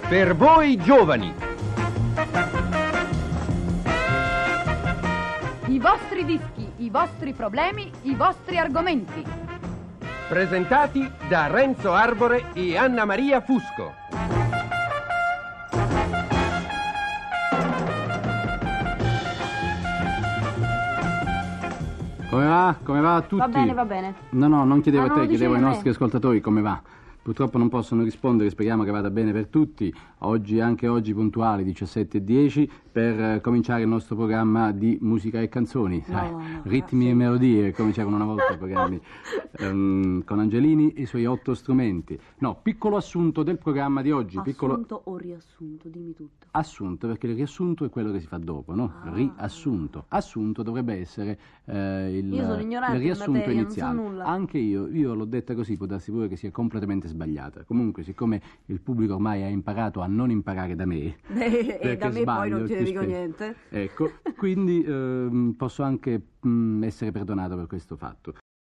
Per voi giovani. I vostri dischi, i vostri problemi, i vostri argomenti. Presentati da Renzo Arbore e Anna Maria Fusco. Come va? Come va a tutti? Va bene, va bene. No, non chiedevo a non te, lo chiedevo ai dicevi a me. nostri ascoltatori come va. Purtroppo non possono rispondere, speriamo che vada bene per tutti. Anche oggi puntuali, 17:10, per cominciare il nostro programma di musica e canzoni. Ritmi e melodie, come c'erano una volta i programmi, con Angelini e i suoi 8 strumenti. No, piccolo assunto del programma di oggi. Assunto o riassunto? Dimmi tutto. Assunto, perché il riassunto è quello che si fa dopo, no? Riassunto. Assunto dovrebbe essere Io sono ignorante il in riassunto materia, iniziale. non so nulla. Anche io l'ho detta così, può darsi pure che sia completamente sbagliata. Comunque, siccome il pubblico ormai ha imparato a non imparare da me, E da me poi non te ne più dico spesso. niente. Ecco, quindi posso anche essere perdonato per questo fatto.